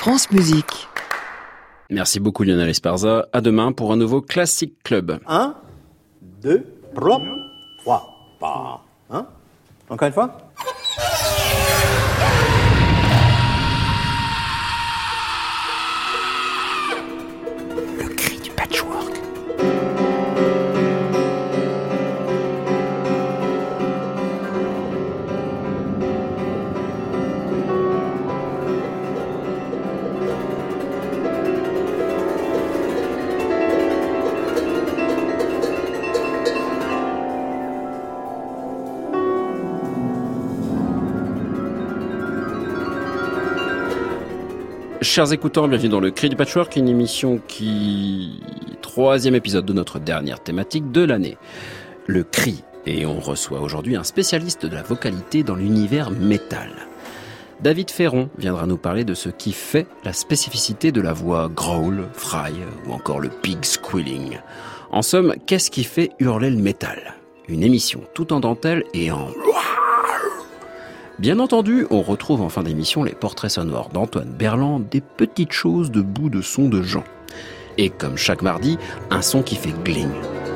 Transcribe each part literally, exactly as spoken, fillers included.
France Musique. Merci beaucoup Lionel Esparza. À demain pour un nouveau Classic Club. Un, deux, trois, trois, pas. Hein? Encore une fois? Le cri du patchwork. Chers écoutants, bienvenue dans le Cri du Patchwork, une émission qui... Troisième épisode de notre dernière thématique de l'année. Le cri. Et on reçoit aujourd'hui un spécialiste de la vocalité dans l'univers métal. David Ferron viendra nous parler de ce qui fait la spécificité de la voix growl, fry ou encore le pig squealing. En somme, qu'est-ce qui fait hurler le métal? Une émission tout en dentelle et en... Bien entendu, on retrouve en fin d'émission les portraits sonores d'Antoine Berland, des petites choses de bout de son de Jean. Et comme chaque mardi, un son qui fait gling.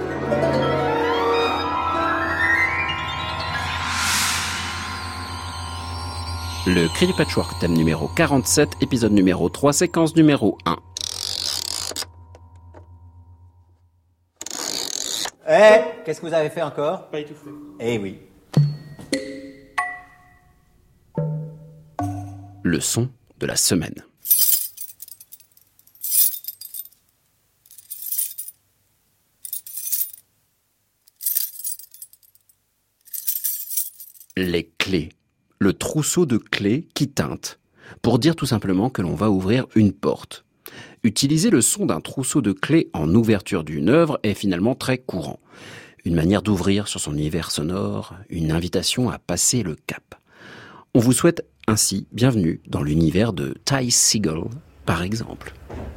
Le Cri du Patchwork, thème numéro quarante-sept, épisode numéro trois, séquence numéro un. Eh, hey, qu'est-ce que vous avez fait encore? Pas étouffé. Eh oui. Le son de la semaine. Les clés. Le trousseau de clés qui teinte, pour dire tout simplement que l'on va ouvrir une porte. Utiliser le son d'un trousseau de clés en ouverture d'une œuvre est finalement très courant. Une manière d'ouvrir sur son univers sonore, une invitation à passer le cap. On vous souhaite ainsi bienvenue dans l'univers de Ty Segall, par exemple.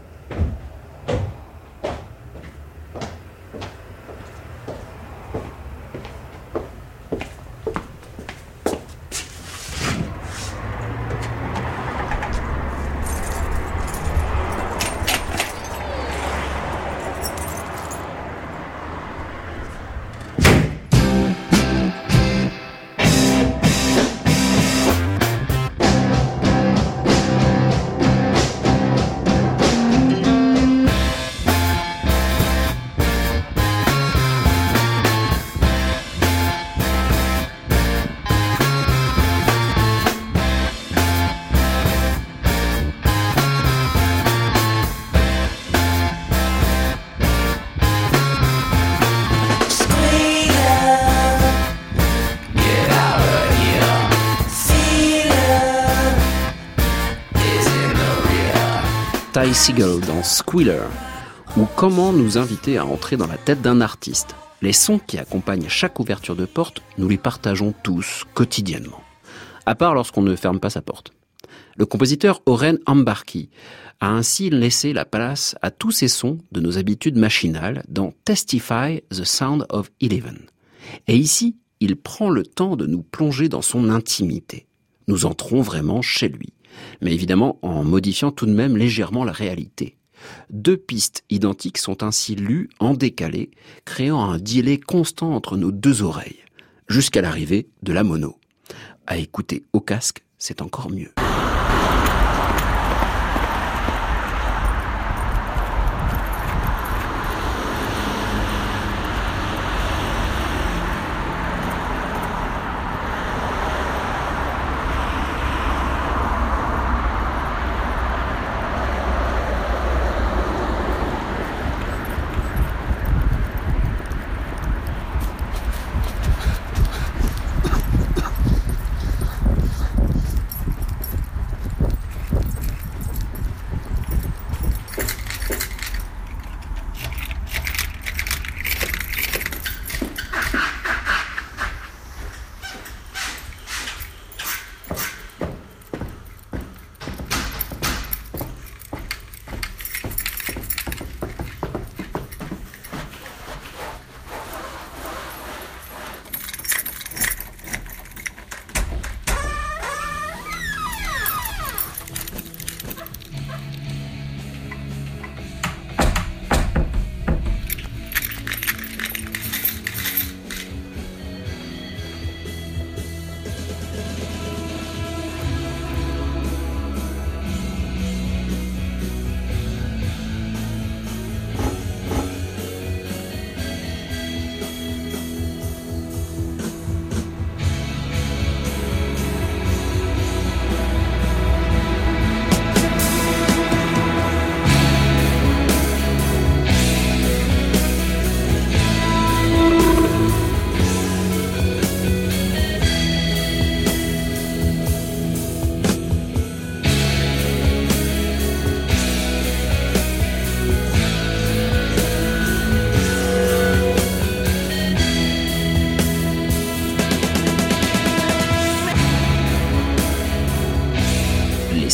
Ty Segall dans Squealer, ou comment nous inviter à entrer dans la tête d'un artiste. Les sons qui accompagnent chaque ouverture de porte, nous les partageons tous, quotidiennement. À part lorsqu'on ne ferme pas sa porte. Le compositeur Oren Ambarki a ainsi laissé la place à tous ces sons de nos habitudes machinales dans Testify the Sound of Eleven. Et ici, il prend le temps de nous plonger dans son intimité. Nous entrons vraiment chez lui. Mais évidemment en modifiant tout de même légèrement la réalité. Deux pistes identiques sont ainsi lues en décalé, créant un délai constant entre nos deux oreilles, jusqu'à l'arrivée de la mono. À écouter au casque, c'est encore mieux.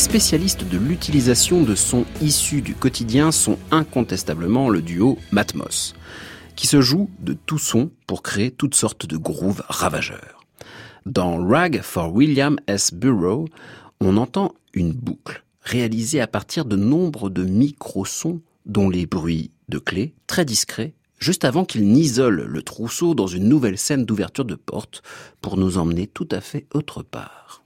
spécialistes de l'utilisation de sons issus du quotidien sont incontestablement le duo Matmos, qui se joue de tout son pour créer toutes sortes de grooves ravageurs. Dans Rag for William S. Burroughs, on entend une boucle réalisée à partir de nombre de micro-sons dont les bruits de clés, très discrets, juste avant qu'il n'isole le trousseau dans une nouvelle scène d'ouverture de porte pour nous emmener tout à fait autre part.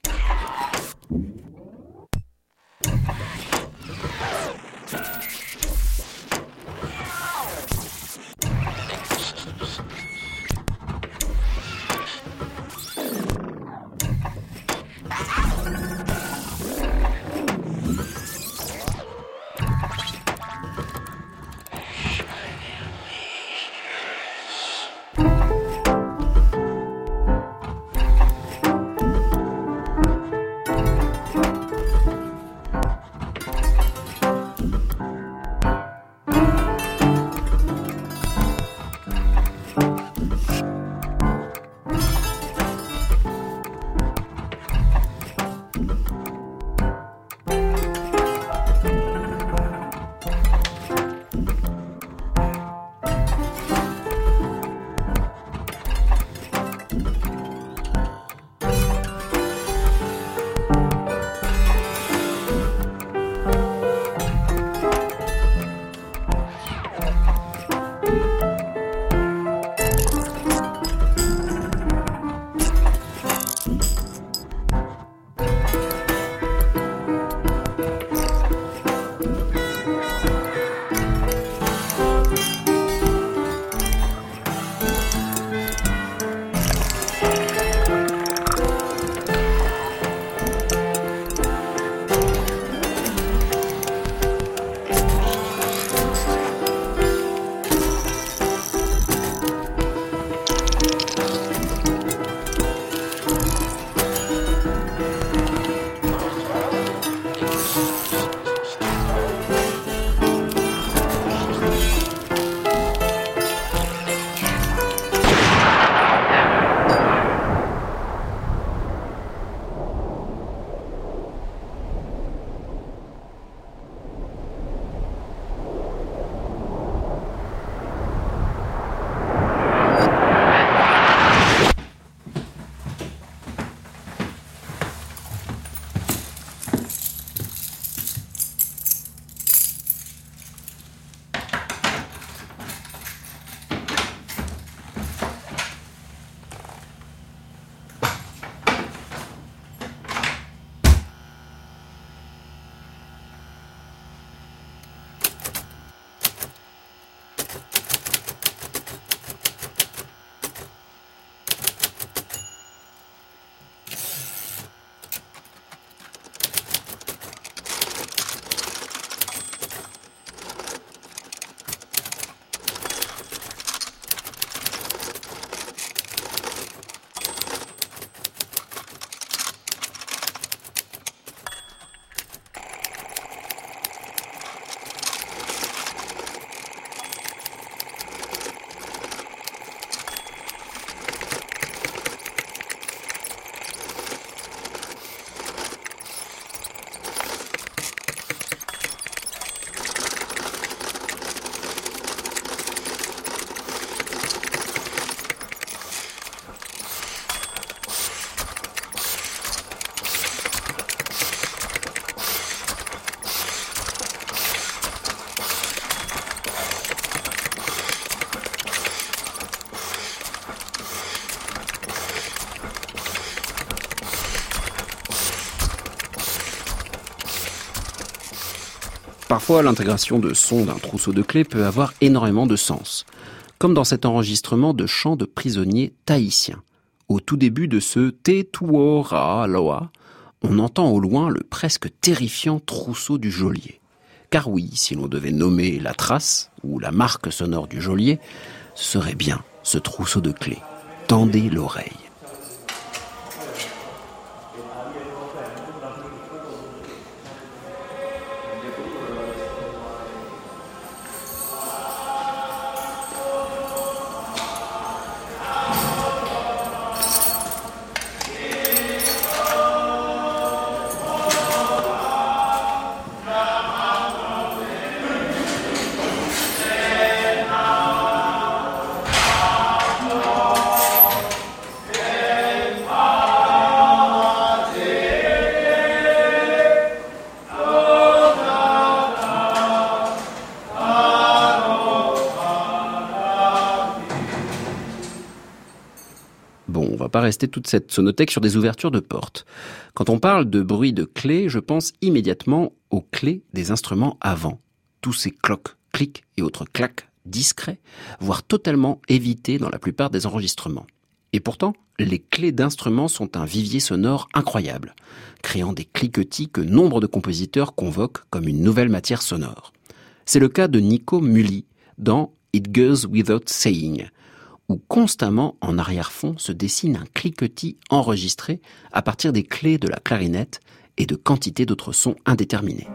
Parfois, l'intégration de sons d'un trousseau de clés peut avoir énormément de sens, comme dans cet enregistrement de chants de prisonniers tahitiens. Au tout début de ce Te Tuora Loa, on entend au loin le presque terrifiant trousseau du geôlier. Car oui, si l'on devait nommer la trace, ou la marque sonore du geôlier, ce serait bien ce trousseau de clés. Tendez l'oreille. rester toute cette sonothèque sur des ouvertures de portes. Quand on parle de bruit de clés, je pense immédiatement aux clés des instruments avant. Tous ces clocs, clics et autres clacs discrets, voire totalement évités dans la plupart des enregistrements. Et pourtant, les clés d'instruments sont un vivier sonore incroyable, créant des cliquetis que nombre de compositeurs convoquent comme une nouvelle matière sonore. C'est le cas de Nico Muhly dans It Goes Without Saying, où constamment en arrière-fond se dessine un cliquetis enregistré à partir des clés de la clarinette et de quantité d'autres sons indéterminés.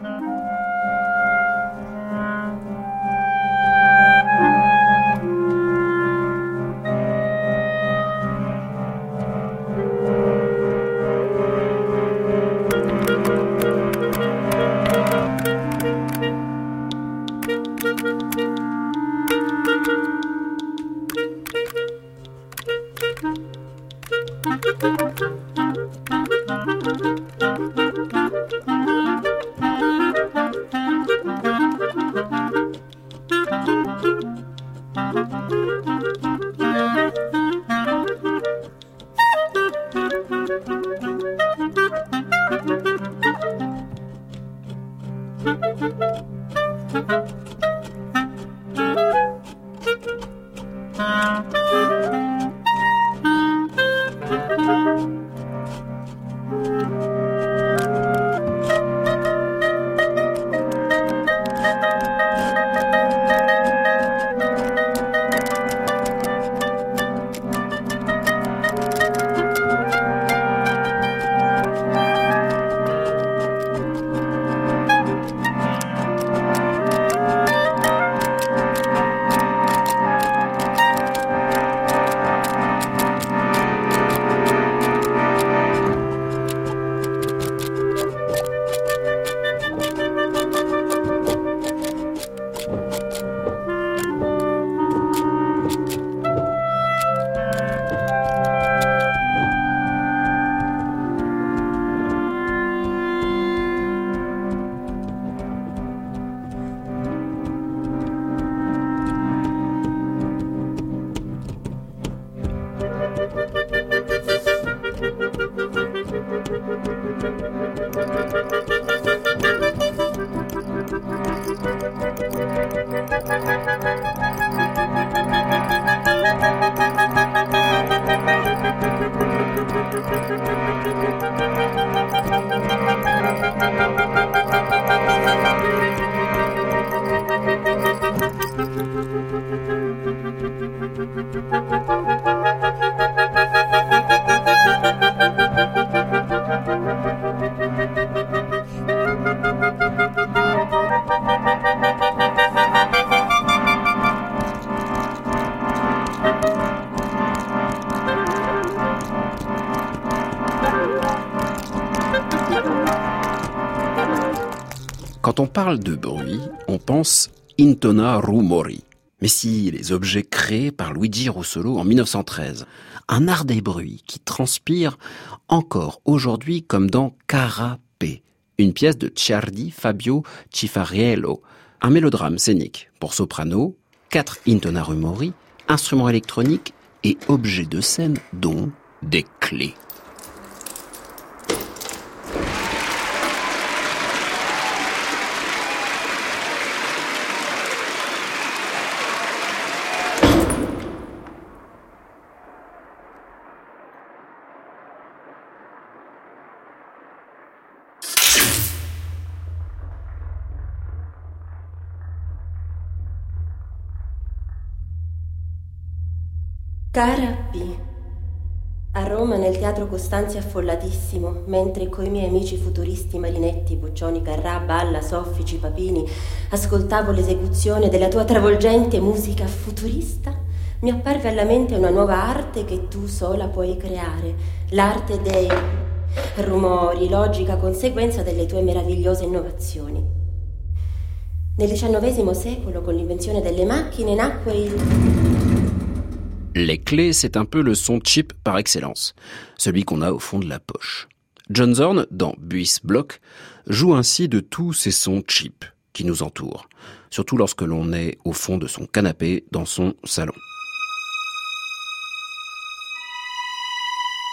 Quand on parle de bruit, on pense intona rumori. Mais si, les objets créés par Luigi Russolo en dix-neuf cent treize. Un art des bruits qui transpire encore aujourd'hui comme dans Cara P, une pièce de Ciardi Fabio Cifariello, un mélodrame scénique pour soprano, quatre intona rumori, instruments électroniques et objets de scène dont des clés. Cara P. A Roma nel teatro Costanzi affollatissimo, mentre coi miei amici futuristi Marinetti, Boccioni, Carrà, Balla, Soffici, Papini ascoltavo l'esecuzione della tua travolgente musica futurista, mi apparve alla mente una nuova arte che tu sola puoi creare, l'arte dei rumori, logica conseguenza delle tue meravigliose innovazioni. Nel diciannovesimo secolo, con l'invenzione delle macchine, nacque il... Les clés, c'est un peu le son cheap par excellence, celui qu'on a au fond de la poche. John Zorn, dans Buis Block, joue ainsi de tous ces sons cheap qui nous entourent, surtout lorsque l'on est au fond de son canapé dans son salon.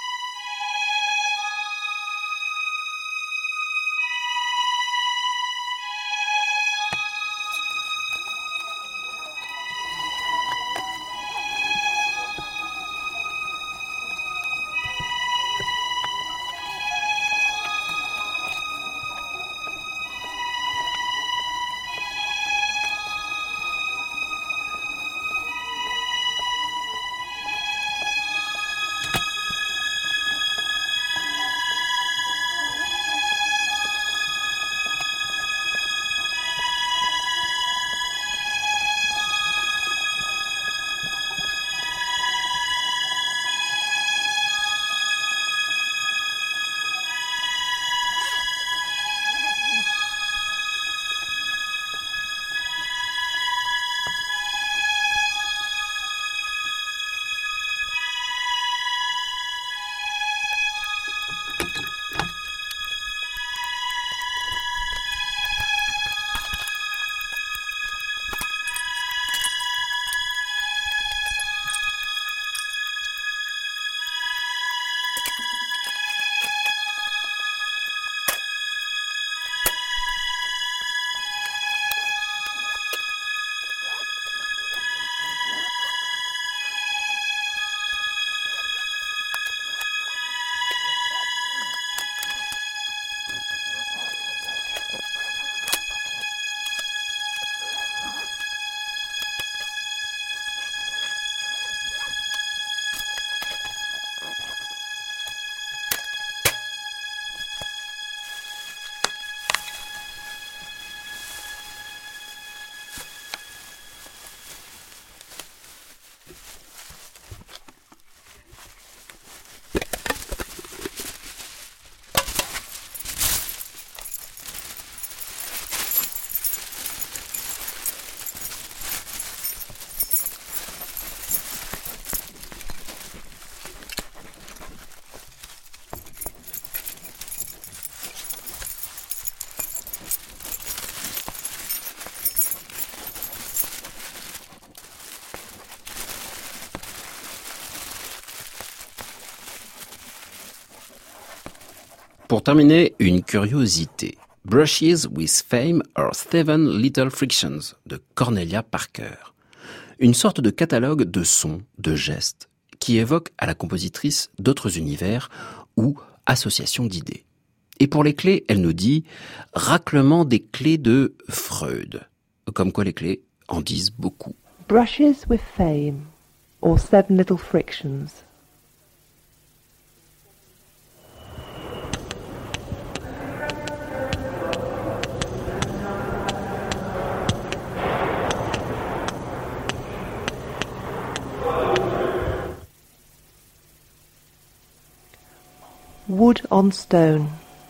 Pour terminer, une curiosité. Brushes with Fame or Seven Little Frictions de Cornelia Parker. Une sorte de catalogue de sons, de gestes, qui évoque à la compositrice d'autres univers ou associations d'idées. Et pour les clés, elle nous dit « raclement des clés de Freud ». Comme quoi les clés en disent beaucoup. Brushes with fame or seven little frictions. Wood on stone.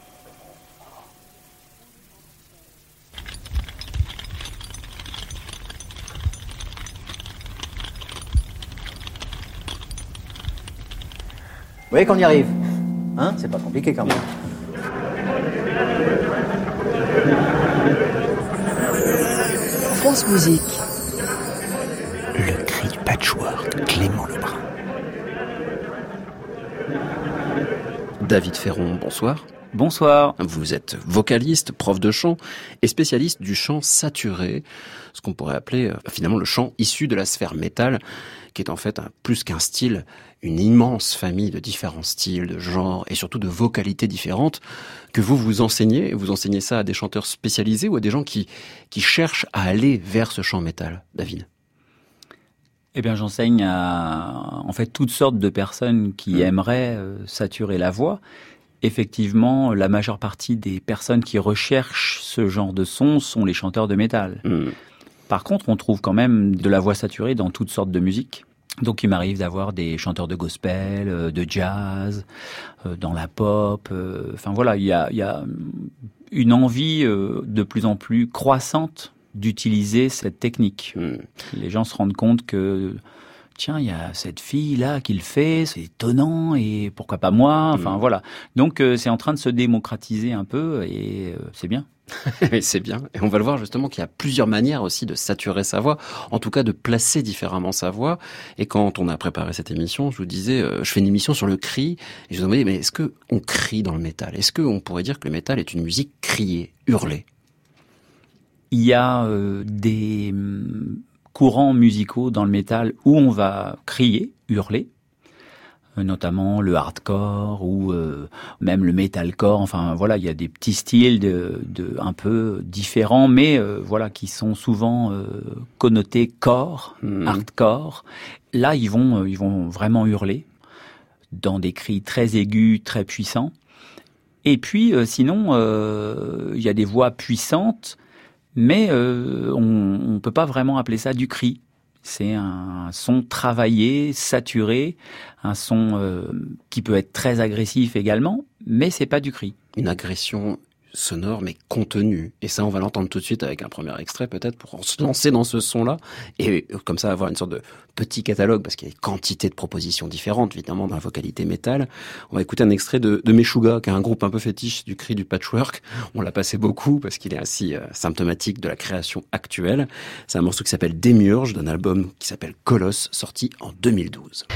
Vous voyez qu'on y arrive, hein? C'est pas compliqué quand même. France Musique. Le cri du patchwork, Clément Lebrun. David Ferron, bonsoir. Bonsoir. Vous êtes vocaliste, prof de chant et spécialiste du chant saturé, ce qu'on pourrait appeler euh, finalement le chant issu de la sphère métal, qui est en fait un, plus qu'un style, une immense famille de différents styles, de genres et surtout de vocalités différentes que vous vous enseignez. Vous enseignez ça à des chanteurs spécialisés ou à des gens qui, qui cherchent à aller vers ce chant métal, David? Eh bien, j'enseigne à en fait toutes sortes de personnes qui mmh. aimeraient euh, saturer la voix. Effectivement, la majeure partie des personnes qui recherchent ce genre de son sont les chanteurs de métal. Mmh. Par contre, on trouve quand même de la voix saturée dans toutes sortes de musiques. Donc, il m'arrive d'avoir des chanteurs de gospel, euh, de jazz, euh, dans la pop. Euh, enfin voilà, il y a, y a une envie euh, de plus en plus croissante d'utiliser cette technique. Mmh. Les gens se rendent compte que tiens, il y a cette fille-là qui le fait, c'est étonnant, et pourquoi pas moi? Enfin, mmh. voilà. Donc, euh, c'est en train de se démocratiser un peu, et euh, c'est bien. C'est bien. Et on va le voir justement qu'il y a plusieurs manières aussi de saturer sa voix, en tout cas de placer différemment sa voix. Et quand on a préparé cette émission, je vous disais, euh, je fais une émission sur le cri, et je vous demandais, mais est-ce qu'on crie dans le métal? Est-ce qu'on pourrait dire que le métal est une musique criée, hurlée? Il y a euh, des courants musicaux dans le métal où on va crier, hurler, euh, notamment le hardcore ou euh, même le metalcore. Enfin voilà, il y a des petits styles de, de un peu différents, mais euh, voilà qui sont souvent euh, connotés core, mmh. hardcore. Là, ils vont euh, ils vont vraiment hurler dans des cris très aigus, très puissants. Et puis euh, sinon, euh, il y a des voix puissantes. Mais euh, on ne peut pas vraiment appeler ça du cri. C'est un son travaillé, saturé, un son euh, qui peut être très agressif également, mais c'est pas du cri. Une agression sonore mais contenue. Et ça, on va l'entendre tout de suite avec un premier extrait peut-être pour se lancer dans ce son-là et comme ça avoir une sorte de petit catalogue parce qu'il y a quantité de propositions différentes évidemment dans la vocalité métal. On va écouter un extrait de, de Meshuggah qui est un groupe un peu fétiche du cri du patchwork. On l'a passé beaucoup parce qu'il est ainsi euh, symptomatique de la création actuelle. C'est un morceau qui s'appelle Démiurge d'un album qui s'appelle Colosse sorti en deux mille douze.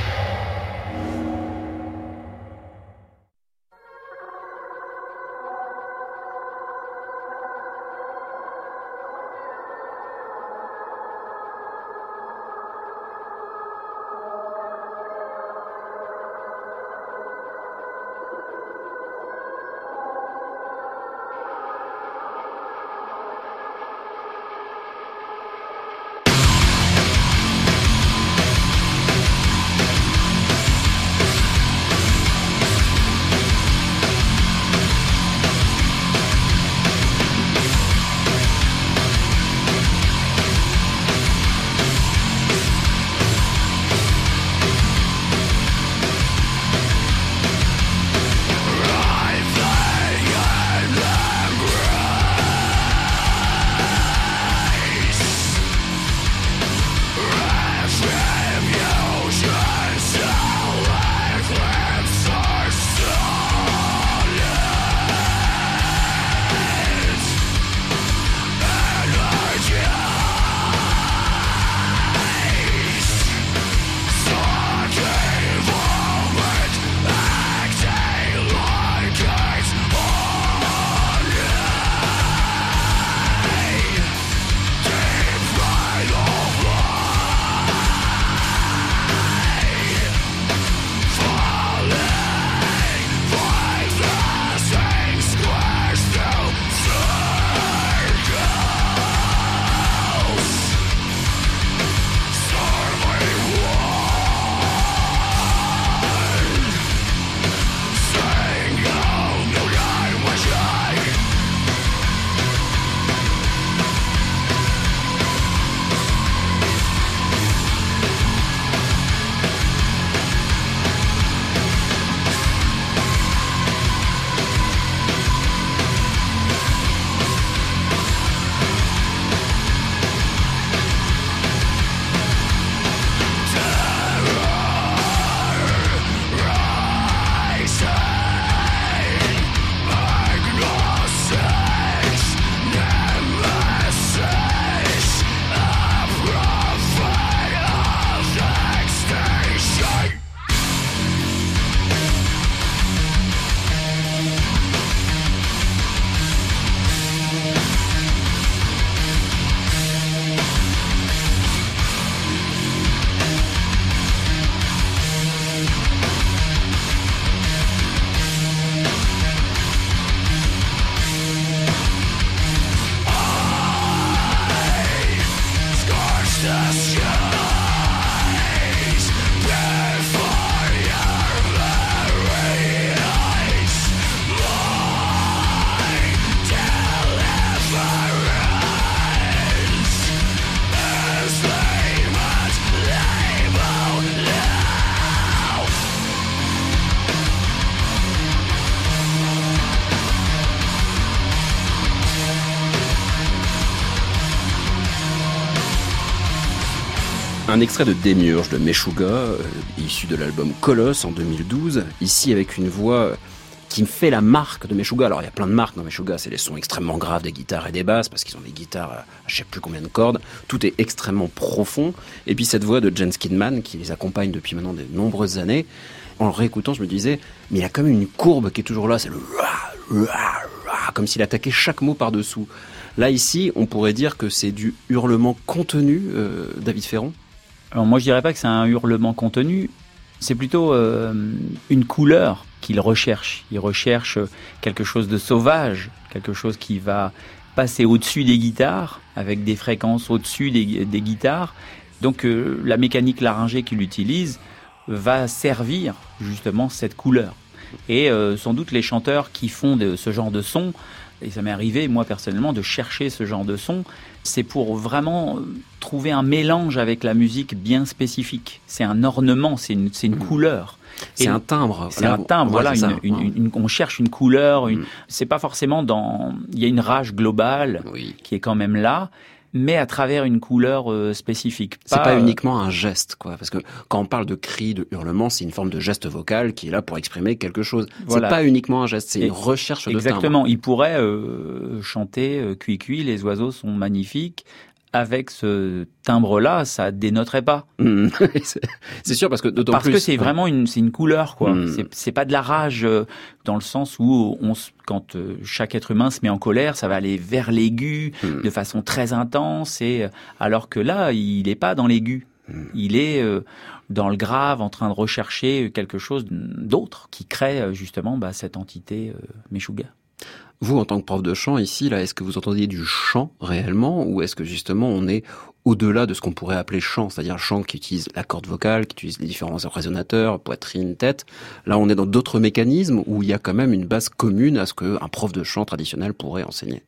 Un extrait de Démiurge de Meshuggah, euh, issu de l'album Colosse en deux mille douze, ici avec une voix qui me fait la marque de Meshuggah. Alors il y a plein de marques dans Meshuggah, c'est les sons extrêmement graves des guitares et des basses, parce qu'ils ont des guitares à je sais plus combien de cordes, tout est extrêmement profond, et puis cette voix de Jens Kidman qui les accompagne depuis maintenant de nombreuses années. En le réécoutant, je me disais, mais il y a quand même une courbe qui est toujours là, c'est le comme s'il attaquait chaque mot par-dessous. Là ici, on pourrait dire que c'est du hurlement contenu, euh, David Ferron. Alors moi je dirais pas que c'est un hurlement contenu, c'est plutôt euh, une couleur qu'il recherche. Il recherche quelque chose de sauvage, quelque chose qui va passer au-dessus des guitares, avec des fréquences au-dessus des, des guitares. Donc euh, la mécanique laryngée qu'il utilise va servir justement cette couleur. Et euh, sans doute les chanteurs qui font de, ce genre de son, et ça m'est arrivé moi personnellement de chercher ce genre de son, c'est pour vraiment trouver un mélange avec la musique bien spécifique. C'est un ornement, c'est une, c'est une mmh. couleur. C'est et un timbre. C'est Là, un timbre, voilà. Une, une, une, une, on cherche une couleur. Une, mmh. C'est pas forcément dans. Il y a une rage globale oui. qui est quand même là, mais à travers une couleur euh, spécifique. C'est pas, pas uniquement un geste, quoi. Parce que quand on parle de cri, de hurlement, c'est une forme de geste vocal qui est là pour exprimer quelque chose. Voilà. C'est pas uniquement un geste, c'est et une recherche de timbre. Exactement. Il pourrait euh, chanter euh, Cui Cui, les oiseaux sont magnifiques. Avec ce timbre-là, ça dénoterait pas. Mmh. C'est sûr, parce que d'autant parce plus... Parce que c'est vraiment une, c'est une couleur, quoi. Mmh. C'est, c'est pas de la rage euh, dans le sens où on, quand euh, chaque être humain se met en colère, ça va aller vers l'aigu mmh. de façon très intense. Et alors que là, il est pas dans l'aigu. Mmh. Il est euh, dans le grave, en train de rechercher quelque chose d'autre qui crée euh, justement bah, cette entité euh, Meshuggah. Vous, en tant que prof de chant, ici, là, est-ce que vous entendiez du chant réellement, ou est-ce que justement on est au-delà de ce qu'on pourrait appeler chant, c'est-à-dire chant qui utilise la corde vocale, qui utilise les différents résonateurs, poitrine, tête. Là, on est dans d'autres mécanismes où il y a quand même une base commune à ce qu'un prof de chant traditionnel pourrait enseigner.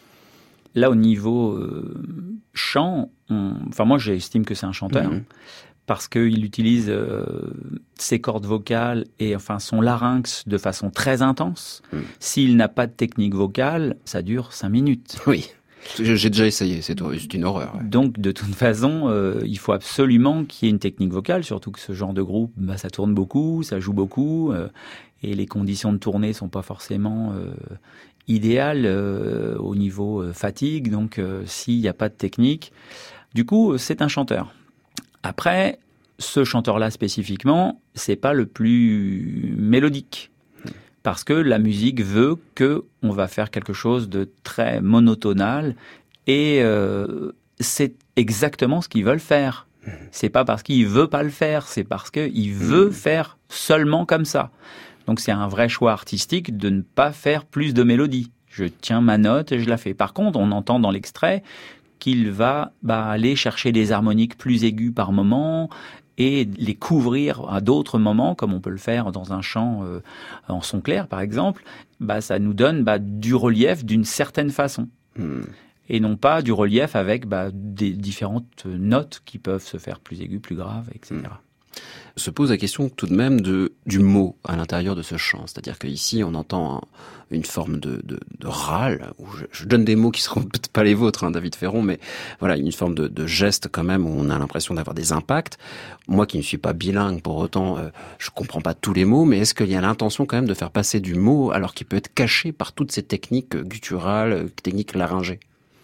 Là, au niveau euh, chant, on... enfin moi, j'estime que c'est un chanteur. Mmh. Parce qu'il utilise euh, ses cordes vocales et enfin son larynx de façon très intense. Mmh. S'il n'a pas de technique vocale, ça dure cinq minutes. Oui, j'ai déjà essayé, c'est une horreur. Ouais. Donc de toute façon, euh, il faut absolument qu'il y ait une technique vocale, surtout que ce genre de groupe, bah, ça tourne beaucoup, ça joue beaucoup, euh, et les conditions de tournée sont pas forcément euh, idéales euh, au niveau euh, fatigue. Donc euh, s'il n'y a pas de technique, du coup, c'est un chanteur. Après, ce chanteur-là spécifiquement, c'est pas le plus mélodique. Parce que la musique veut que on va faire quelque chose de très monotonal et euh, c'est exactement ce qu'ils veulent faire. C'est pas parce qu'il veut pas le faire, c'est parce qu'il veut faire seulement comme ça. Donc c'est un vrai choix artistique de ne pas faire plus de mélodie. Je tiens ma note et je la fais. Par contre, on entend dans l'extrait qu'il va bah, aller chercher des harmoniques plus aiguës par moment et les couvrir à d'autres moments, comme on peut le faire dans un chant euh, en son clair, par exemple. Bah, ça nous donne bah, du relief d'une certaine façon. Mmh. Et non pas du relief avec bah, des différentes notes qui peuvent se faire plus aiguës, plus graves, et cetera. Mmh. Se pose la question tout de même de, du mot à l'intérieur de ce chant. C'est-à-dire qu'ici, on entend un, une forme de, de, de râle, où je, je donne des mots qui seront peut-être pas les vôtres, hein, David Ferron, mais voilà, une forme de, de geste quand même où on a l'impression d'avoir des impacts. Moi qui ne suis pas bilingue, pour autant, euh, je comprends pas tous les mots, mais est-ce qu'il y a l'intention quand même de faire passer du mot alors qu'il peut être caché par toutes ces techniques gutturales, techniques laryngées?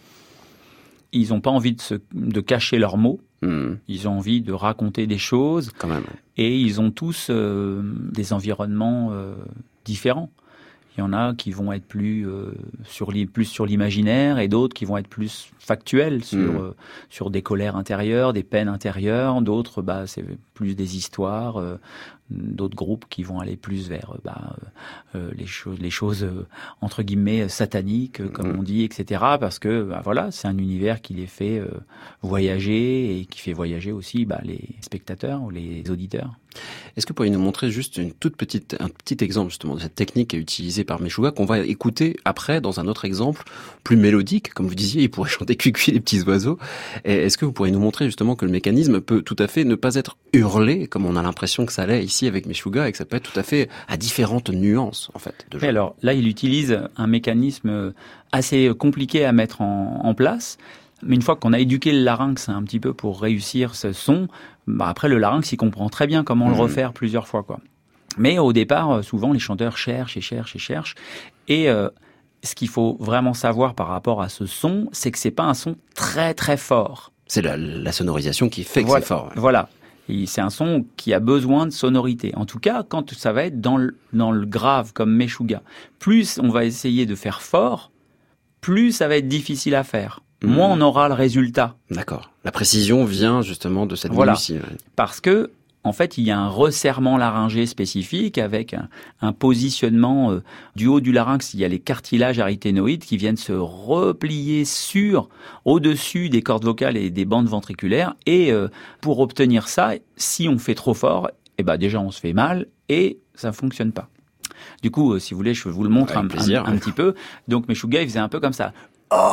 Ils n'ont pas envie de, se, de cacher leurs mots. Mmh. Ils ont envie de raconter des choses. Quand même. Et ils ont tous euh, des environnements euh, différents. Il y en a qui vont être plus, euh, sur, plus sur l'imaginaire et d'autres qui vont être plus factuels sur, mmh. euh, sur des colères intérieures, des peines intérieures. D'autres, bah, c'est plus des histoires. Euh, d'autres groupes qui vont aller plus vers bah, euh, les choses, les choses euh, entre guillemets sataniques, comme mmh. on dit, et cetera. Parce que bah, voilà, c'est un univers qui les fait euh, voyager et qui fait voyager aussi bah, les spectateurs ou les auditeurs. Est-ce que vous pourriez nous montrer juste une toute petite, un petit exemple justement de cette technique qui est utilisée par Meshuggah qu'on va écouter après dans un autre exemple plus mélodique, comme vous disiez, il pourrait chanter Cui Cui les petits oiseaux. Et est-ce que vous pourriez nous montrer justement que le mécanisme peut tout à fait ne pas être hurlé comme on a l'impression que ça l'est ici avec Meshuggah et que ça peut être tout à fait à différentes nuances en fait. De jeu. Alors là, il utilise un mécanisme assez compliqué à mettre en, en place. Mais une fois qu'on a éduqué le larynx un petit peu pour réussir ce son, bah après le larynx il comprend très bien comment mmh. le refaire plusieurs fois, quoi. Mais au départ, souvent les chanteurs cherchent et cherchent et cherchent. Et euh, ce qu'il faut vraiment savoir par rapport à ce son, c'est que c'est pas un son très très fort. C'est la, la sonorisation qui fait que voilà, c'est fort. Ouais. Voilà. Et c'est un son qui a besoin de sonorité. En tout cas, quand ça va être dans le, dans le grave, comme Meshuggah, plus on va essayer de faire fort, plus ça va être difficile à faire. Mmh. Moins on aura le résultat. D'accord. La précision vient justement de cette voilà. minutie. Ouais. Parce que, en fait, il y a un resserrement laryngé spécifique avec un, un positionnement euh, du haut du larynx. Il y a les cartilages aryténoïdes qui viennent se replier sur, au-dessus des cordes vocales et des bandes ventriculaires. Et euh, pour obtenir ça, si on fait trop fort, eh ben déjà on se fait mal et ça fonctionne pas. Du coup, euh, si vous voulez, je vous le montre un, plaisir, un, ouais. un petit peu. Donc Meshuggah, il faisait un peu comme ça.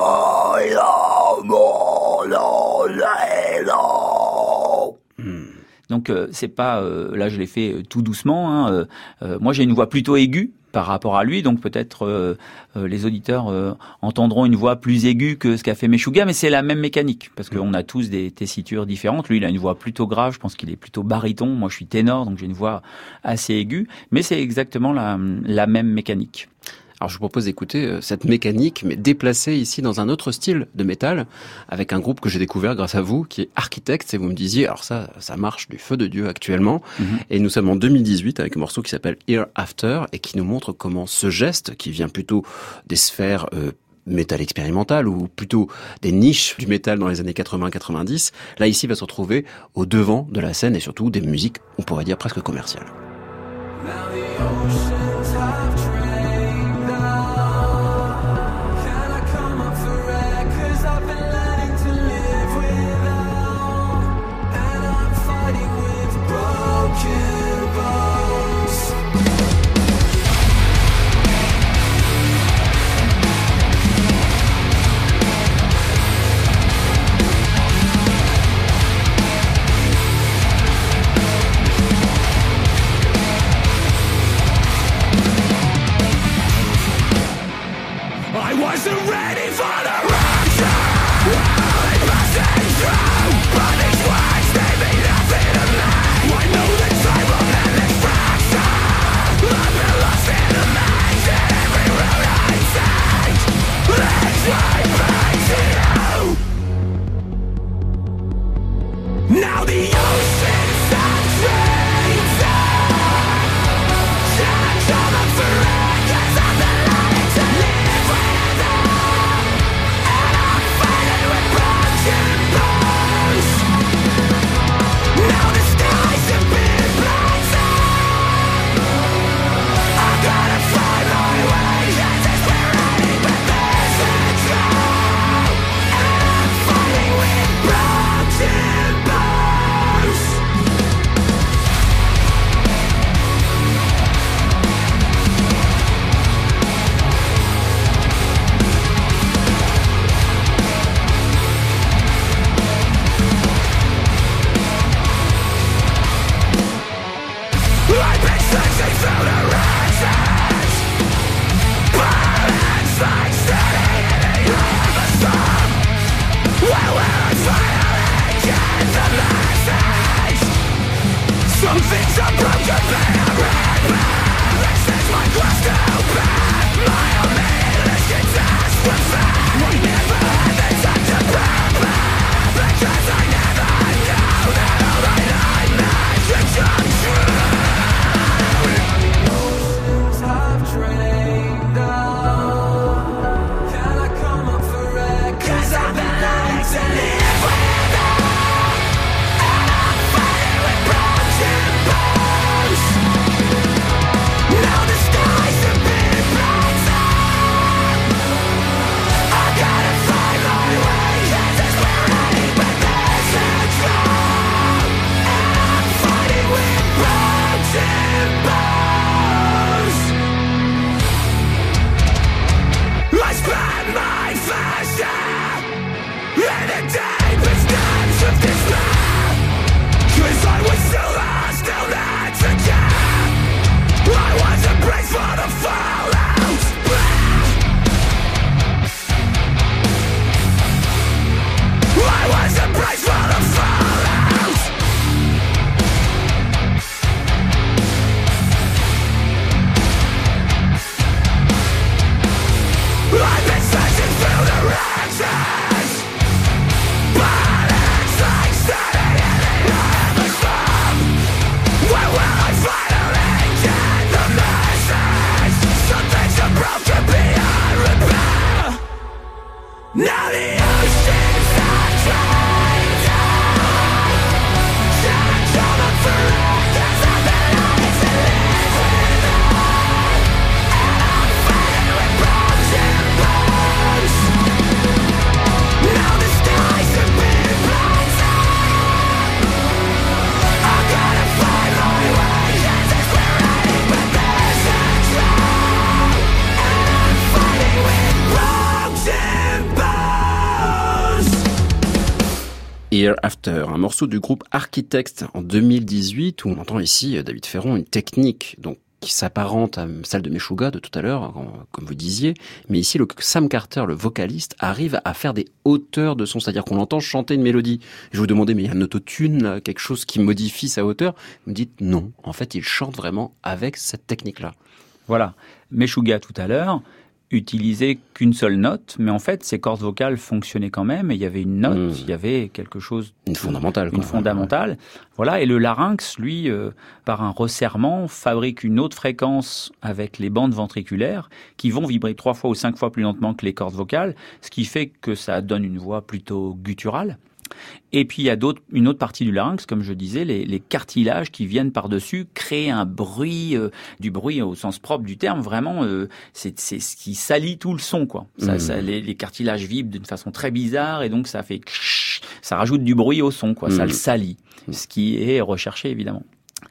Hmm. Donc euh, c'est pas euh, là je l'ai fait euh, tout doucement. Hein, euh, euh, moi j'ai une voix plutôt aiguë par rapport à lui, donc peut-être euh, euh, les auditeurs euh, entendront une voix plus aiguë que ce qu'a fait Meshuggah, mais c'est la même mécanique parce qu'on a tous des tessitures différentes. Lui il a une voix plutôt grave, je pense qu'il est plutôt baryton. Moi je suis ténor, donc j'ai une voix assez aiguë, mais c'est exactement la, la même mécanique. Alors je vous propose d'écouter cette mécanique, mais déplacée ici dans un autre style de métal, avec un groupe que j'ai découvert grâce à vous, qui est Architects, et vous me disiez, alors ça, ça marche du feu de Dieu actuellement, mm-hmm. et nous sommes en deux mille dix-huit avec un morceau qui s'appelle Hereafter, et qui nous montre comment ce geste, qui vient plutôt des sphères euh, métal expérimental, ou plutôt des niches du métal dans les années quatre-vingts quatre-vingt-dix, là ici va se retrouver au devant de la scène, et surtout des musiques, on pourrait dire presque commerciales. Hereafter, un morceau du groupe Architects en deux mille dix-huit, où on entend ici David Ferron, une technique donc qui s'apparente à celle de Meshuggah de tout à l'heure, comme vous disiez, mais ici le Sam Carter, le vocaliste, arrive à faire des hauteurs de son, c'est-à-dire qu'on l'entend chanter une mélodie. Je vous demandais, mais il y a un autotune, là, quelque chose qui modifie sa hauteur. Vous me dites non, en fait il chante vraiment avec cette technique-là. Voilà, Meshuggah tout à l'heure utilisait qu'une seule note, mais en fait, ses cordes vocales fonctionnaient quand même, et il y avait une note, mmh. il y avait quelque chose... Une fondamentale. Une fondamentale. Ouais. Voilà, et le larynx, lui, euh, par un resserrement, fabrique une autre fréquence avec les bandes ventriculaires, qui vont vibrer trois fois ou cinq fois plus lentement que les cordes vocales, ce qui fait que ça donne une voix plutôt gutturale. Et puis il y a d'autres, une autre partie du larynx, comme je disais, les, les cartilages qui viennent par-dessus créent un bruit, euh, du bruit au sens propre du terme, vraiment, euh, c'est, c'est ce qui salit tout le son, quoi. Ça, mmh. ça, les, les cartilages vibrent d'une façon très bizarre et donc ça fait, ça rajoute du bruit au son, quoi. Mmh. Ça le salit, ce qui est recherché évidemment.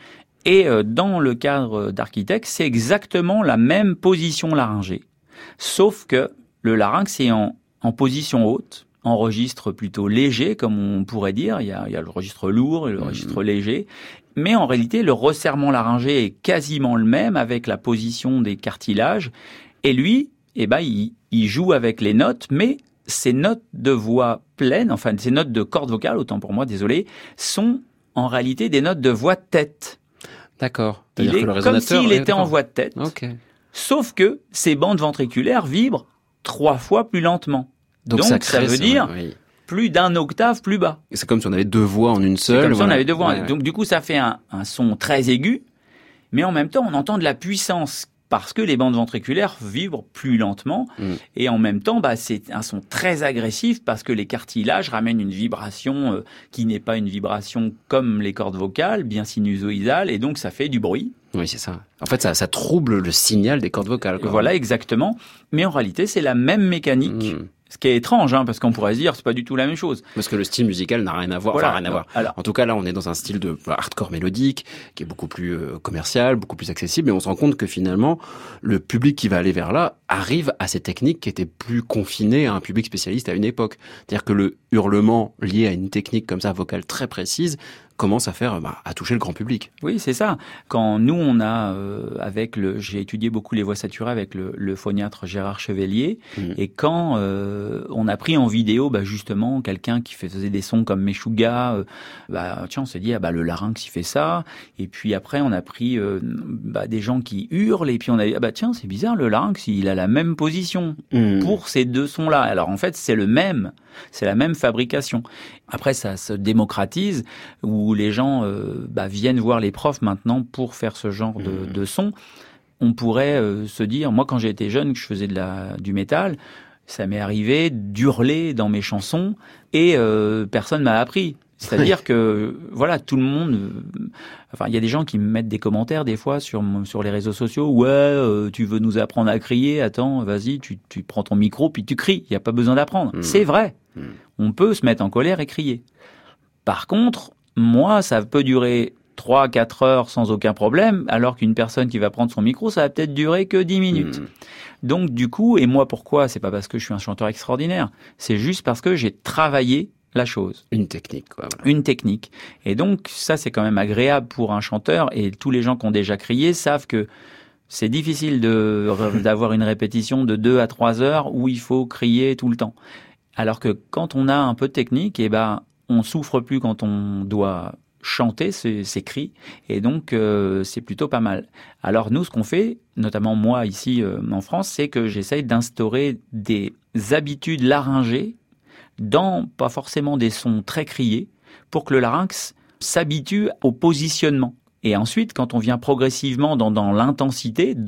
Et euh, dans le cadre d'Architects, c'est exactement la même position laryngée, sauf que le larynx est en, en position haute, en registre plutôt léger, comme on pourrait dire. Il y a, il y a le registre lourd et le registre mmh. léger. Mais en réalité, le resserrement laryngé est quasiment le même avec la position des cartilages. Et lui, eh ben, il, il joue avec les notes, mais ces notes de voix pleine, enfin, ces notes de cordes vocales, autant pour moi, désolé, sont en réalité des notes de voix de tête. D'accord. Il est comme s'il était en voix de tête. Okay. Sauf que ces bandes ventriculaires vibrent trois fois plus lentement. Donc, Donc ça, ça veut dire oui. plus d'un octave plus bas. Et c'est comme si on avait deux voix en une seule. C'est comme voilà. si on avait deux voix. Ouais, ouais. Donc du coup, ça fait un, un son très aigu, mais en même temps, on entend de la puissance parce que les bandes ventriculaires vibrent plus lentement. Mm. Et en même temps, bah, c'est un son très agressif parce que les cartilages ramènent une vibration euh, qui n'est pas une vibration comme les cordes vocales, bien sinusoïdale, et donc ça fait du bruit. Oui, c'est ça. En fait, ça, ça trouble le signal des cordes vocales, quoi. Voilà, exactement. Mais en réalité, c'est la même mécanique. Mm. Ce qui est étrange, hein, parce qu'on pourrait se dire c'est pas du tout la même chose. Parce que le style musical n'a rien à voir. Voilà, enfin, rien à voir. Alors, en tout cas, là, on est dans un style de hardcore mélodique qui est beaucoup plus euh, commercial, beaucoup plus accessible, et on se rend compte que finalement, le public qui va aller vers là arrive à ces techniques qui étaient plus confinées à un public spécialiste à une époque. C'est-à-dire que le hurlement lié à une technique comme ça, vocale très précise, commence à faire, bah, à toucher le grand public. Oui, c'est ça. Quand nous, on a, euh, avec le, j'ai étudié beaucoup les voix saturées avec le, le phoniatre Gérard Chevelier, mmh. et quand euh, on a pris en vidéo, bah, justement, quelqu'un qui faisait des sons comme Meshuggah, euh, bah, tiens, on s'est dit, ah, bah, le larynx, il fait ça. Et puis après, on a pris, euh, bah, des gens qui hurlent, et puis on a dit, ah, bah, tiens, c'est bizarre, le larynx, il a la même position mmh. pour ces deux sons-là. Alors, en fait, c'est le même. C'est la même fabrication. Après, ça se démocratise, où les gens euh, bah, viennent voir les profs maintenant pour faire ce genre de, mmh. de son. On pourrait euh, se dire, moi quand j'étais jeune, que je faisais de la, du métal, ça m'est arrivé d'hurler dans mes chansons et euh, personne m'a appris. C'est-à-dire que, voilà, tout le monde... Euh, enfin, il y a des gens qui me mettent des commentaires, des fois, sur, sur les réseaux sociaux. « Ouais, euh, tu veux nous apprendre à crier, attends, vas-y, tu, tu prends ton micro, puis tu cries. Il n'y a pas besoin d'apprendre. Mmh. » C'est vrai. Mmh. On peut se mettre en colère et crier. Par contre, moi, ça peut durer trois à quatre heures sans aucun problème, alors qu'une personne qui va prendre son micro, ça va peut-être durer que dix minutes. Mmh. Donc, du coup, et moi, pourquoi ? C'est pas parce que je suis un chanteur extraordinaire. C'est juste parce que j'ai travaillé la chose. Une technique, quoi. Voilà. Une technique. Et donc, ça, c'est quand même agréable pour un chanteur. Et tous les gens qui ont déjà crié savent que c'est difficile de, d'avoir une répétition de deux à trois heures où il faut crier tout le temps. Alors que quand on a un peu de technique, eh ben, on souffre plus quand on doit chanter ces, ces cris. Et donc, euh, c'est plutôt pas mal. Alors, nous, ce qu'on fait, notamment moi, ici, euh, en France, c'est que j'essaye d'instaurer des habitudes laryngées dans pas forcément des sons très criés, pour que le larynx s'habitue au positionnement. Et ensuite, quand on vient progressivement dans, dans l'intensité, dans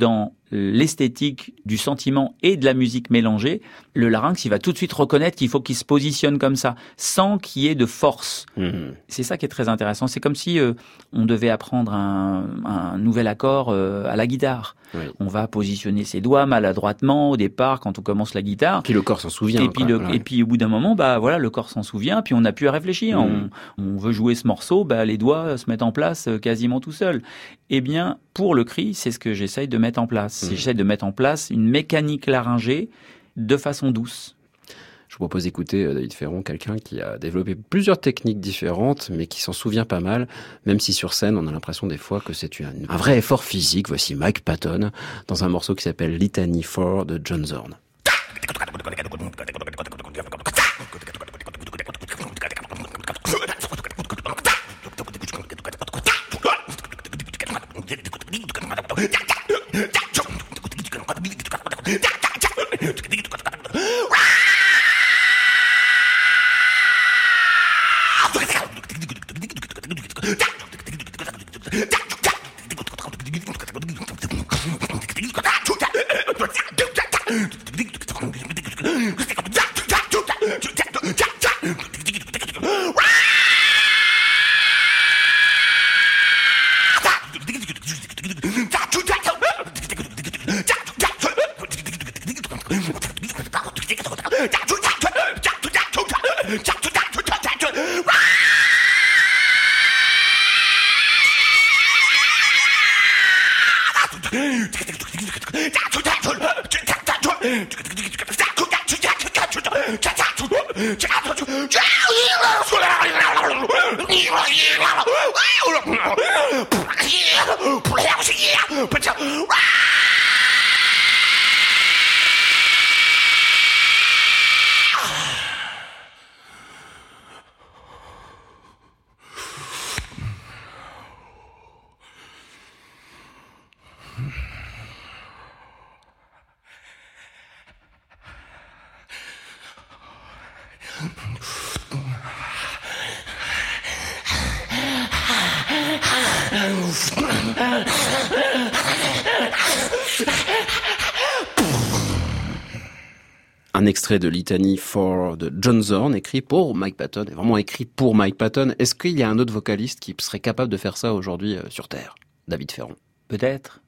l'esthétique du sentiment et de la musique mélangée, le larynx, il va tout de suite reconnaître qu'il faut qu'il se positionne comme ça, sans qu'il y ait de force. Mmh. C'est ça qui est très intéressant. C'est comme si euh, on devait apprendre un, un nouvel accord euh, à la guitare. Oui. On va positionner ses doigts maladroitement au départ quand on commence la guitare. Puis le corps s'en souvient. Et puis, le, ouais. et puis au bout d'un moment, bah voilà, le corps s'en souvient. Puis on n'a plus à réfléchir. Mmh. On, on veut jouer ce morceau, bah les doigts se mettent en place quasiment tout seuls. Eh bien, pour le cri, c'est ce que j'essaye de mettre en place. Mmh. J'essaye de mettre en place une mécanique laryngée de façon douce. Je vous propose d'écouter David Ferron, quelqu'un qui a développé plusieurs techniques différentes, mais qui s'en souvient pas mal, même si sur scène, on a l'impression des fois que c'est un, un vrai effort physique. Voici Mike Patton dans un morceau qui s'appelle Litany for de John Zorn. Un extrait de Litany for de John Zorn, écrit pour Mike Patton, et vraiment écrit pour Mike Patton. Est-ce qu'il y a un autre vocaliste qui serait capable de faire ça aujourd'hui euh, sur Terre? David Ferron. Peut-être.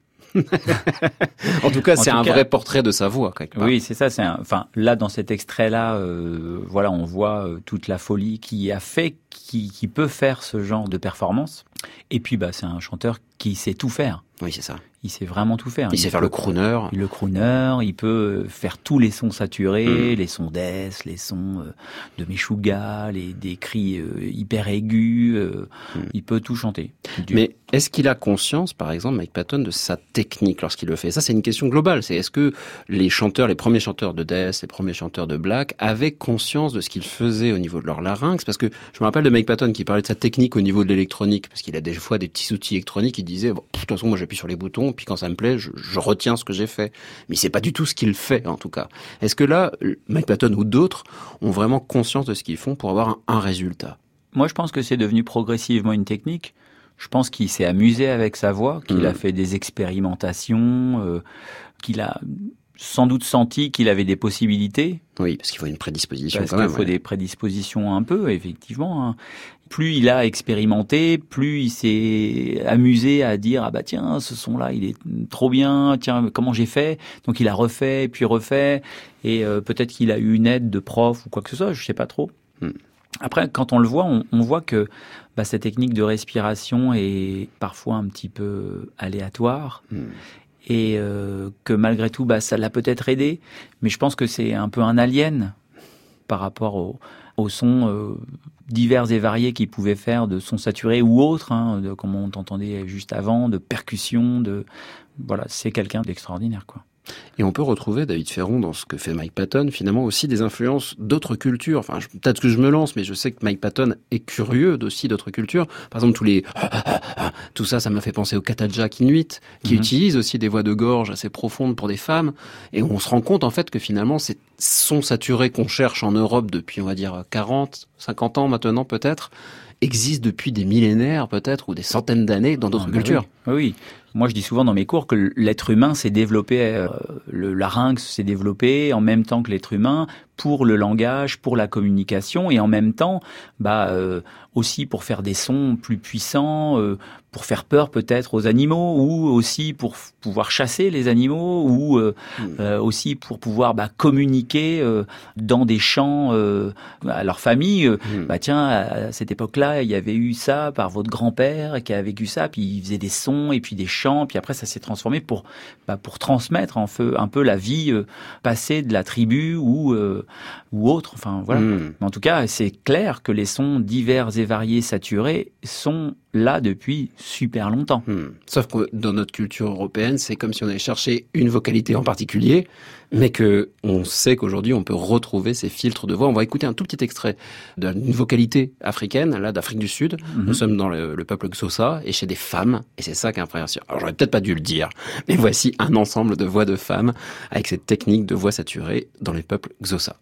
En tout cas, en c'est tout un cas, vrai portrait de sa voix, quelque part. Oui, c'est ça. C'est un, enfin, là, dans cet extrait-là, euh, voilà, on voit euh, toute la folie qui a fait, qui, qui peut faire ce genre de performance. Et puis, bah, c'est un chanteur qui sait tout faire. Oui, c'est ça. Il sait vraiment tout faire. Il, il sait faire le crooner. Le crooner, il peut faire tous les sons saturés, mmh. les sons death, les sons euh, de Meshuggah, les des cris euh, hyper aigus. Euh, mmh. Il peut tout chanter. Dieu. Mais est-ce qu'il a conscience, par exemple, Mike Patton, de sa technique lorsqu'il le fait? Ça, c'est une question globale. C'est est-ce que les chanteurs, les premiers chanteurs de death, les premiers chanteurs de black, avaient conscience de ce qu'ils faisaient au niveau de leur larynx? Parce que je me rappelle de Mike Patton qui parlait de sa technique au niveau de l'électronique, parce qu'il a des fois des petits outils électroniques. Il disait, bon, de toute façon, moi, j'appuie sur les boutons. Puis quand ça me plaît, je, je retiens ce que j'ai fait. Mais c'est pas du tout ce qu'il fait, en tout cas. Est-ce que là, Mike Patton ou d'autres ont vraiment conscience de ce qu'ils font pour avoir un, un résultat? Moi, je pense que c'est devenu progressivement une technique. Je pense qu'il s'est amusé avec sa voix, qu'il mmh. a fait des expérimentations, euh, qu'il a sans doute senti qu'il avait des possibilités. Oui, parce qu'il faut une prédisposition parce quand même. Parce qu'il faut ouais. des prédispositions un peu, effectivement. Hein. Plus il a expérimenté, plus il s'est amusé à dire « Ah bah tiens, ce son-là, il est trop bien, tiens, comment j'ai fait ?» Donc il a refait, puis refait, et euh, peut-être qu'il a eu une aide de prof ou quoi que ce soit, je sais pas trop. Hmm. Après, quand on le voit, on, on voit que bah, cette technique de respiration est parfois un petit peu aléatoire. Hmm. Et euh, que malgré tout, bah, ça l'a peut-être aidé, mais je pense que c'est un peu un alien par rapport au, au son euh, divers et variés qu'il pouvait faire, de sons saturés ou autres, hein, de, comme on t'entendait juste avant, de percussions, de voilà, c'est quelqu'un d'extraordinaire, quoi. Et on peut retrouver, David Ferron, dans ce que fait Mike Patton, finalement aussi des influences d'autres cultures. Enfin, je, peut-être que je me lance, mais je sais que Mike Patton est curieux aussi d'autres cultures. Par exemple, tous les... Tout ça, ça m'a fait penser au Katajak Inuit, qui mm-hmm. utilise aussi des voix de gorge assez profondes pour des femmes. Et on se rend compte, en fait, que finalement, ces sons saturés qu'on cherche en Europe depuis, on va dire, quarante, cinquante ans maintenant, peut-être, existe depuis des millénaires peut-être ou des centaines d'années dans d'autres ah, bah cultures. Oui. oui. Moi, je dis souvent dans mes cours que l'être humain s'est développé, euh, le larynx s'est développé en même temps que l'être humain pour le langage, pour la communication et en même temps, bah euh, aussi pour faire des sons plus puissants, euh, pour faire peur peut-être aux animaux ou aussi pour f- pouvoir chasser les animaux ou euh, mmh. euh, aussi pour pouvoir bah, communiquer euh, dans des champs euh, à leur famille. Euh, mmh. Bah tiens, à cette époque-là, il y avait eu ça par votre grand-père qui a vécu ça, puis il faisait des sons et puis des chants, puis après ça s'est transformé pour bah, pour transmettre en feu un peu la vie euh, passée de la tribu ou euh, ou autre. Enfin voilà. Mmh. Mais en tout cas, c'est clair que les sons divers et variés, saturés, sont là depuis super longtemps. Mmh. Sauf que dans notre culture européenne, c'est comme si on allait chercher une vocalité en particulier, mais que on sait qu'aujourd'hui on peut retrouver ces filtres de voix. On va écouter un tout petit extrait d'une vocalité africaine, là d'Afrique du Sud. Mmh. Nous sommes dans le, le peuple Xhosa et chez des femmes, et c'est ça qui est impressionnant. Alors j'aurais peut-être pas dû le dire, mais voici un ensemble de voix de femmes avec cette technique de voix saturée dans les peuples Xhosa.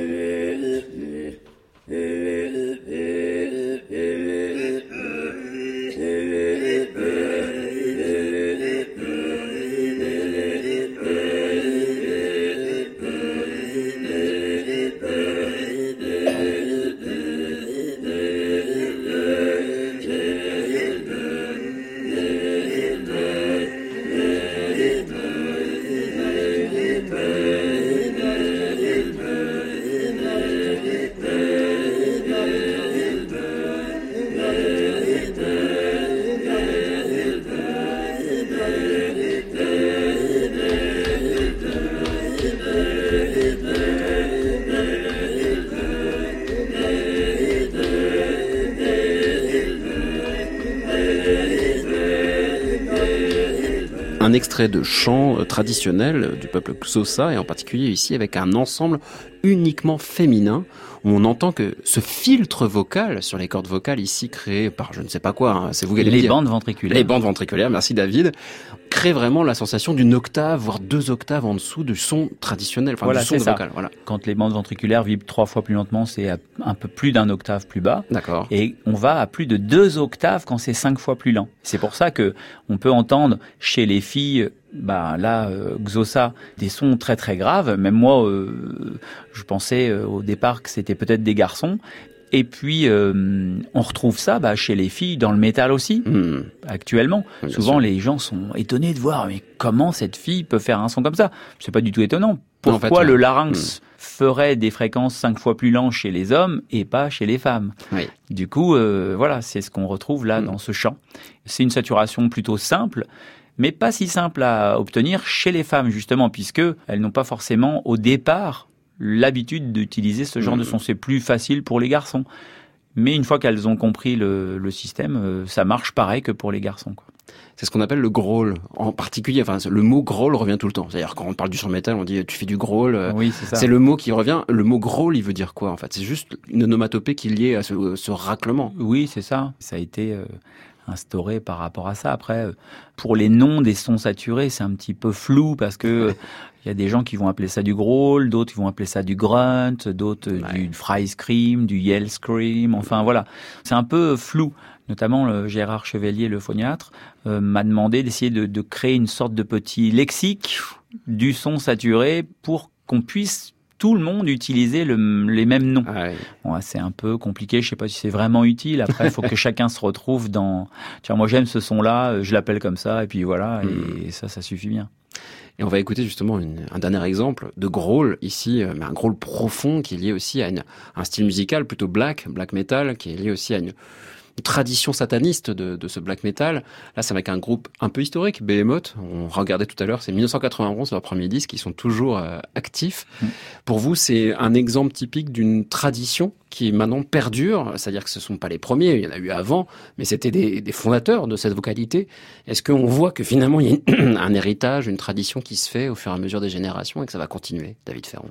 Un extrait de chant traditionnel du peuple Xhosa et en particulier ici avec un ensemble uniquement féminin où on entend que ce filtre vocal sur les cordes vocales ici créé par je ne sais pas quoi, hein, c'est vous qui allez les dire. bandes ventriculaires. Les bandes ventriculaires, merci David, crée vraiment la sensation d'une octave voire deux octaves en dessous du son traditionnel, enfin voilà, du son c'est vocal. Voilà. Quand les bandes ventriculaires vibrent trois fois plus lentement, c'est un peu plus d'un octave plus bas. D'accord. Et on va à plus de deux octaves quand c'est cinq fois plus lent. C'est pour ça que on peut entendre chez les filles, bah là, euh, Xhosa, des sons très très graves. Même moi, euh, je pensais euh, au départ que c'était peut-être des garçons. Et puis, euh, on retrouve ça bah, chez les filles dans le métal aussi, mmh. actuellement. Bien Souvent, sûr. Les gens sont étonnés de voir, mais comment cette fille peut faire un son comme ça ? C'est pas du tout étonnant. Pourquoi en fait, le ouais. larynx mmh. ferait des fréquences cinq fois plus lentes chez les hommes et pas chez les femmes ? Oui. Du coup, euh, voilà, c'est ce qu'on retrouve là mmh. dans ce chant. C'est une saturation plutôt simple, mais pas si simple à obtenir chez les femmes, justement, puisque elles n'ont pas forcément, au départ, l'habitude d'utiliser ce genre mmh. de son. C'est plus facile pour les garçons. Mais une fois qu'elles ont compris le, le système, euh, ça marche pareil que pour les garçons, quoi. C'est ce qu'on appelle le growl. En particulier, enfin, le mot growl revient tout le temps. C'est-à-dire, quand on parle du chant métal, on dit, tu fais du growl. Oui, c'est ça. C'est le mot qui revient. Le mot growl, il veut dire quoi, en fait? C'est juste une onomatopée qui est liée à ce, ce raclement. Oui, c'est ça. Ça a été euh, instauré par rapport à ça. Après, euh, pour les noms des sons saturés, c'est un petit peu flou parce que il y a des gens qui vont appeler ça du growl, d'autres qui vont appeler ça du grunt, d'autres ouais. du fry scream, du yell scream. Enfin, voilà. C'est un peu flou. Notamment le Gérard Chevalier, le phoniatre, euh, m'a demandé d'essayer de, de créer une sorte de petit lexique du son saturé pour qu'on puisse tout le monde utiliser le, les mêmes noms. Ah oui. Bon, c'est un peu compliqué, je sais pas si c'est vraiment utile. Après, il faut que chacun se retrouve dans... Tiens, moi j'aime ce son-là, je l'appelle comme ça, et puis voilà, mmh. et ça, ça suffit bien. Et on va écouter justement une, un dernier exemple de growl ici, mais un growl profond qui est lié aussi à une, un style musical plutôt black, black metal, qui est lié aussi à une... une tradition sataniste de, de ce black metal. Là, c'est avec un groupe un peu historique, Behemoth. On regardait tout à l'heure, c'est dix-neuf cent quatre-vingt-onze, leur premier disque, ils sont toujours euh, actifs. Mmh. Pour vous, c'est un exemple typique d'une tradition qui maintenant perdure, c'est-à-dire que ce ne sont pas les premiers, il y en a eu avant, mais c'était des, des fondateurs de cette vocalité. Est-ce qu'on voit que finalement, il y a une, un héritage, une tradition qui se fait au fur et à mesure des générations et que ça va continuer, David Ferron?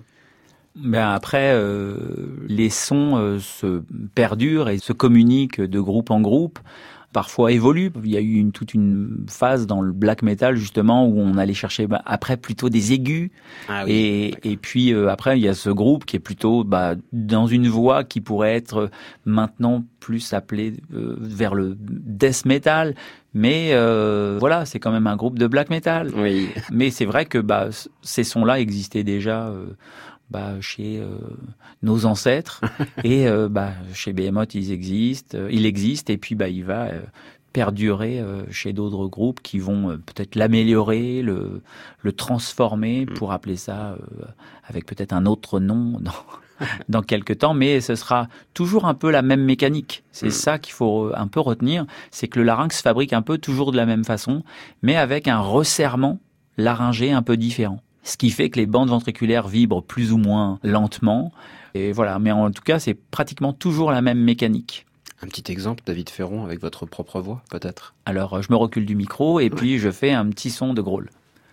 Ben après, euh, les sons euh, se perdurent et se communiquent de groupe en groupe. parfois évolue. Il y a eu une, toute une phase dans le black metal justement où on allait chercher bah, après plutôt des aigus. Ah oui, et, et puis euh, après il y a ce groupe qui est plutôt bah, dans une voie qui pourrait être maintenant plus appelée euh, vers le death metal. Mais euh, voilà, c'est quand même un groupe de black metal. Oui. Mais c'est vrai que bah, ces sons-là existaient déjà euh, bah, chez euh, nos ancêtres et euh, bah, chez Behemoth ils existent, euh, il existe et puis bah, il va euh, perdurer euh, chez d'autres groupes qui vont euh, peut-être l'améliorer, le, le transformer pour appeler ça euh, avec peut-être un autre nom dans, dans quelques temps, mais ce sera toujours un peu la même mécanique. C'est mmh. ça qu'il faut un peu retenir, c'est que le larynx se fabrique un peu toujours de la même façon, mais avec un resserrement laryngé un peu différent. Ce qui fait que les bandes ventriculaires vibrent plus ou moins lentement. Et voilà, mais en tout cas, c'est pratiquement toujours la même mécanique. Un petit exemple, David Ferron, avec votre propre voix, peut-être? Alors, je me recule du micro et puis je fais un petit son de grôle.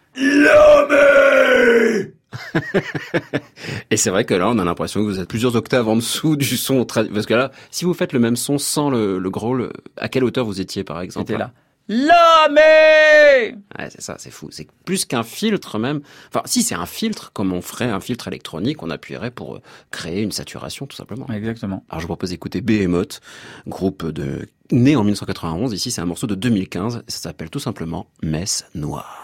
Et c'est vrai que là, on a l'impression que vous êtes plusieurs octaves en dessous du son. Parce que là, si vous faites le même son sans le, le growl, à quelle hauteur vous étiez, par exemple? C'était là. L'homme! Ouais, c'est ça, c'est fou. C'est plus qu'un filtre même. Enfin, si c'est un filtre, comme on ferait un filtre électronique, on appuierait pour créer une saturation, tout simplement. Exactement. Alors, je vous propose d'écouter Behemoth, groupe de né en mille neuf cent quatre-vingt-onze. Ici, c'est un morceau de deux mille quinze. Ça s'appelle tout simplement Messe Noire.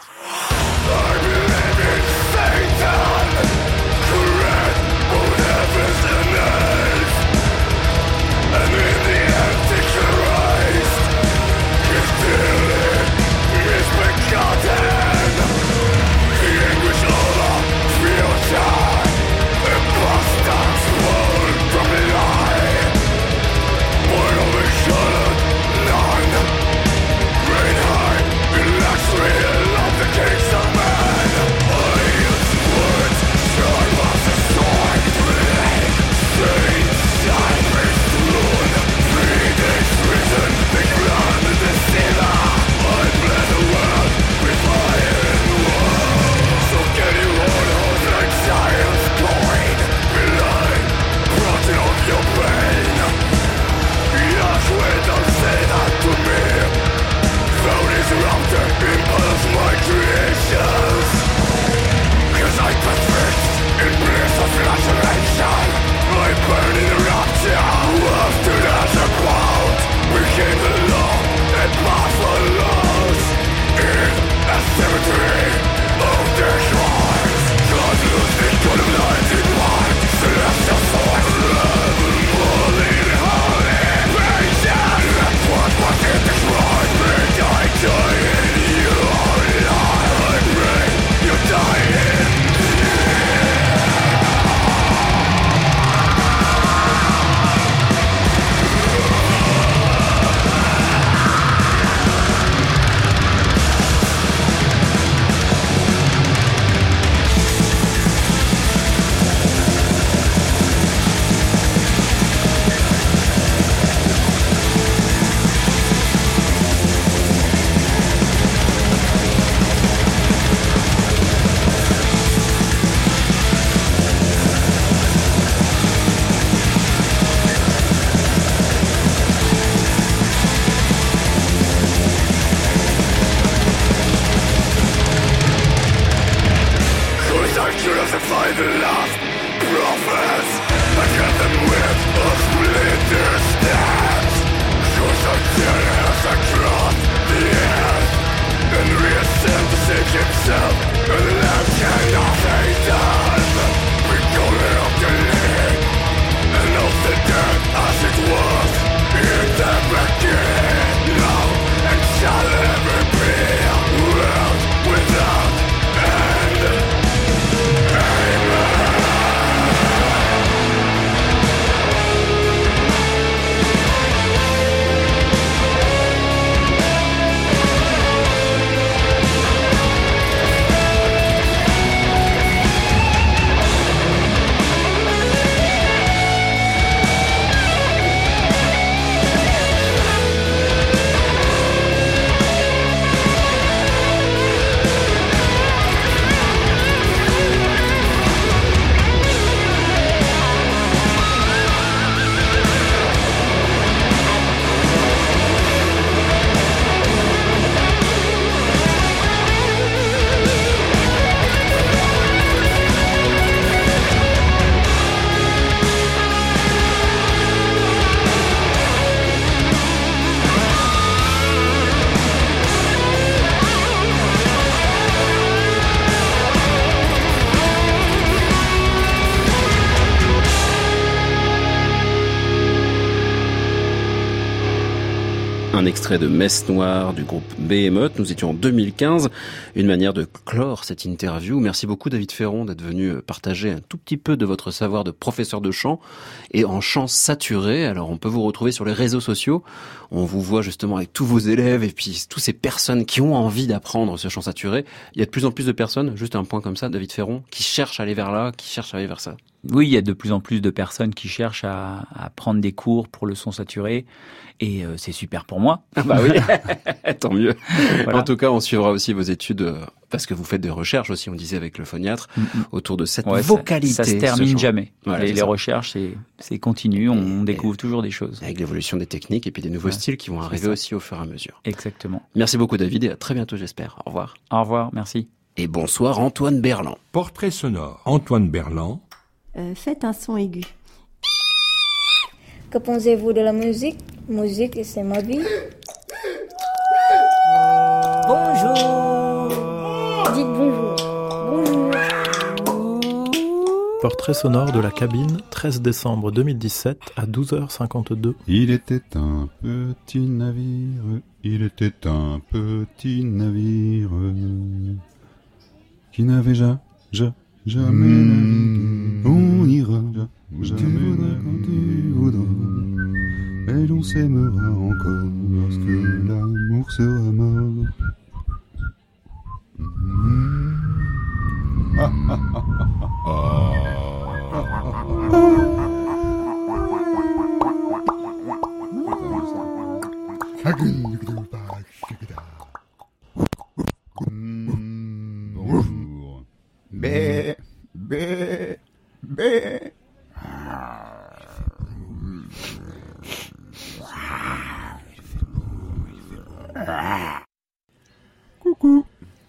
Un extrait de Messe Noire du groupe Behemoth. Nous étions en deux mille quinze. Une manière de clore cette interview. Merci beaucoup David Ferron d'être venu partager un tout petit peu de votre savoir de professeur de chant et en chant saturé. Alors on peut vous retrouver sur les réseaux sociaux. On vous voit justement avec tous vos élèves et puis toutes ces personnes qui ont envie d'apprendre ce chant saturé. Il y a de plus en plus de personnes, juste un point comme ça, David Ferron, qui cherchent à aller vers là, qui cherchent à aller vers ça. Oui, il y a de plus en plus de personnes qui cherchent à, à prendre des cours pour le son saturé. Et euh, c'est super pour moi. Ah bah oui, tant mieux. Voilà. En tout cas, on suivra aussi vos études, euh, parce que vous faites des recherches aussi, on disait avec le phoniatre, mm-hmm. autour de cette ouais, vocalité. Ça, ça se termine jamais. Voilà, les, les recherches, c'est, c'est continu, on et, découvre et toujours des choses. Avec l'évolution des techniques et puis des nouveaux ouais, styles qui vont arriver aussi au fur et à mesure. Exactement. Merci beaucoup David et à très bientôt j'espère. Au revoir. Au revoir, merci. Et bonsoir Antoine Berland. Portrait sonore, Antoine Berland. Euh, faites un son aigu. Que pensez-vous de la musique? Musique, c'est ma vie. Bonjour. Dites bonjour. Bonjour. Portrait sonore de la cabine, treize décembre deux mille dix-sept à douze heures cinquante-deux. Il était un petit navire, il était un petit navire qui n'avait ja, ja, jamais navigué. On ira, ja, jamais tu voudras quand tu voudras. Et l'on s'aimera encore lorsque l'amour sera mort. Ah, ah, ah, ah, ah. Bonjour. Bé, bé, bé. Coucou.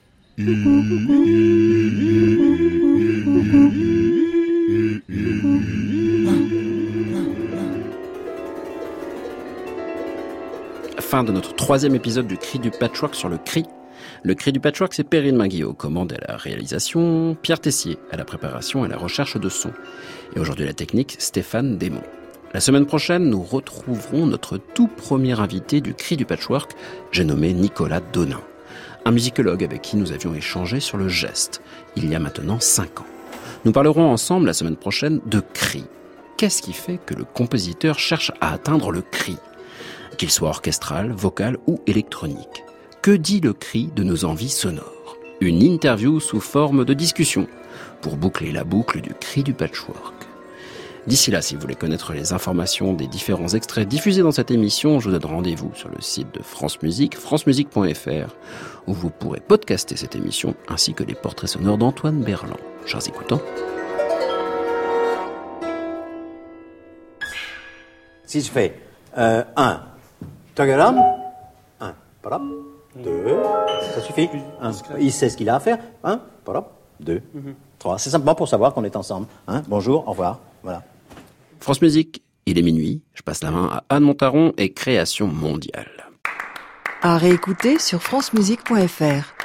Fin de notre troisième épisode du Cri du Patchwork sur le cri. Le Cri du Patchwork, c'est Perrine Minguet aux commandes et à la réalisation, Pierre Tessier à la préparation et à la recherche de son. Et aujourd'hui la technique, Stéphane Desmond. La semaine prochaine, nous retrouverons notre tout premier invité du Cri du Patchwork, j'ai nommé Nicolas Donin. Un musicologue avec qui nous avions échangé sur le geste, il y a maintenant cinq ans. Nous parlerons ensemble la semaine prochaine de cri. Qu'est-ce qui fait que le compositeur cherche à atteindre le cri ? Qu'il soit orchestral, vocal ou électronique. Que dit le cri de nos envies sonores ? Une interview sous forme de discussion pour boucler la boucle du Cri du Patchwork. D'ici là, si vous voulez connaître les informations des différents extraits diffusés dans cette émission, je vous donne rendez-vous sur le site de France Musique, francemusique point f r, où vous pourrez podcaster cette émission ainsi que les portraits sonores d'Antoine Berland. Chers écoutants. Si je fais euh, un, tagaram, un, parap, deux, ça suffit. Un, il sait ce qu'il a à faire. Un, parap, deux, mm-hmm. trois. C'est simplement pour savoir qu'on est ensemble. Hein, bonjour, au revoir. Voilà. France Musique, il est minuit. Je passe la main à Anne Montaron et Création Mondiale. À réécouter sur francemusique point f r.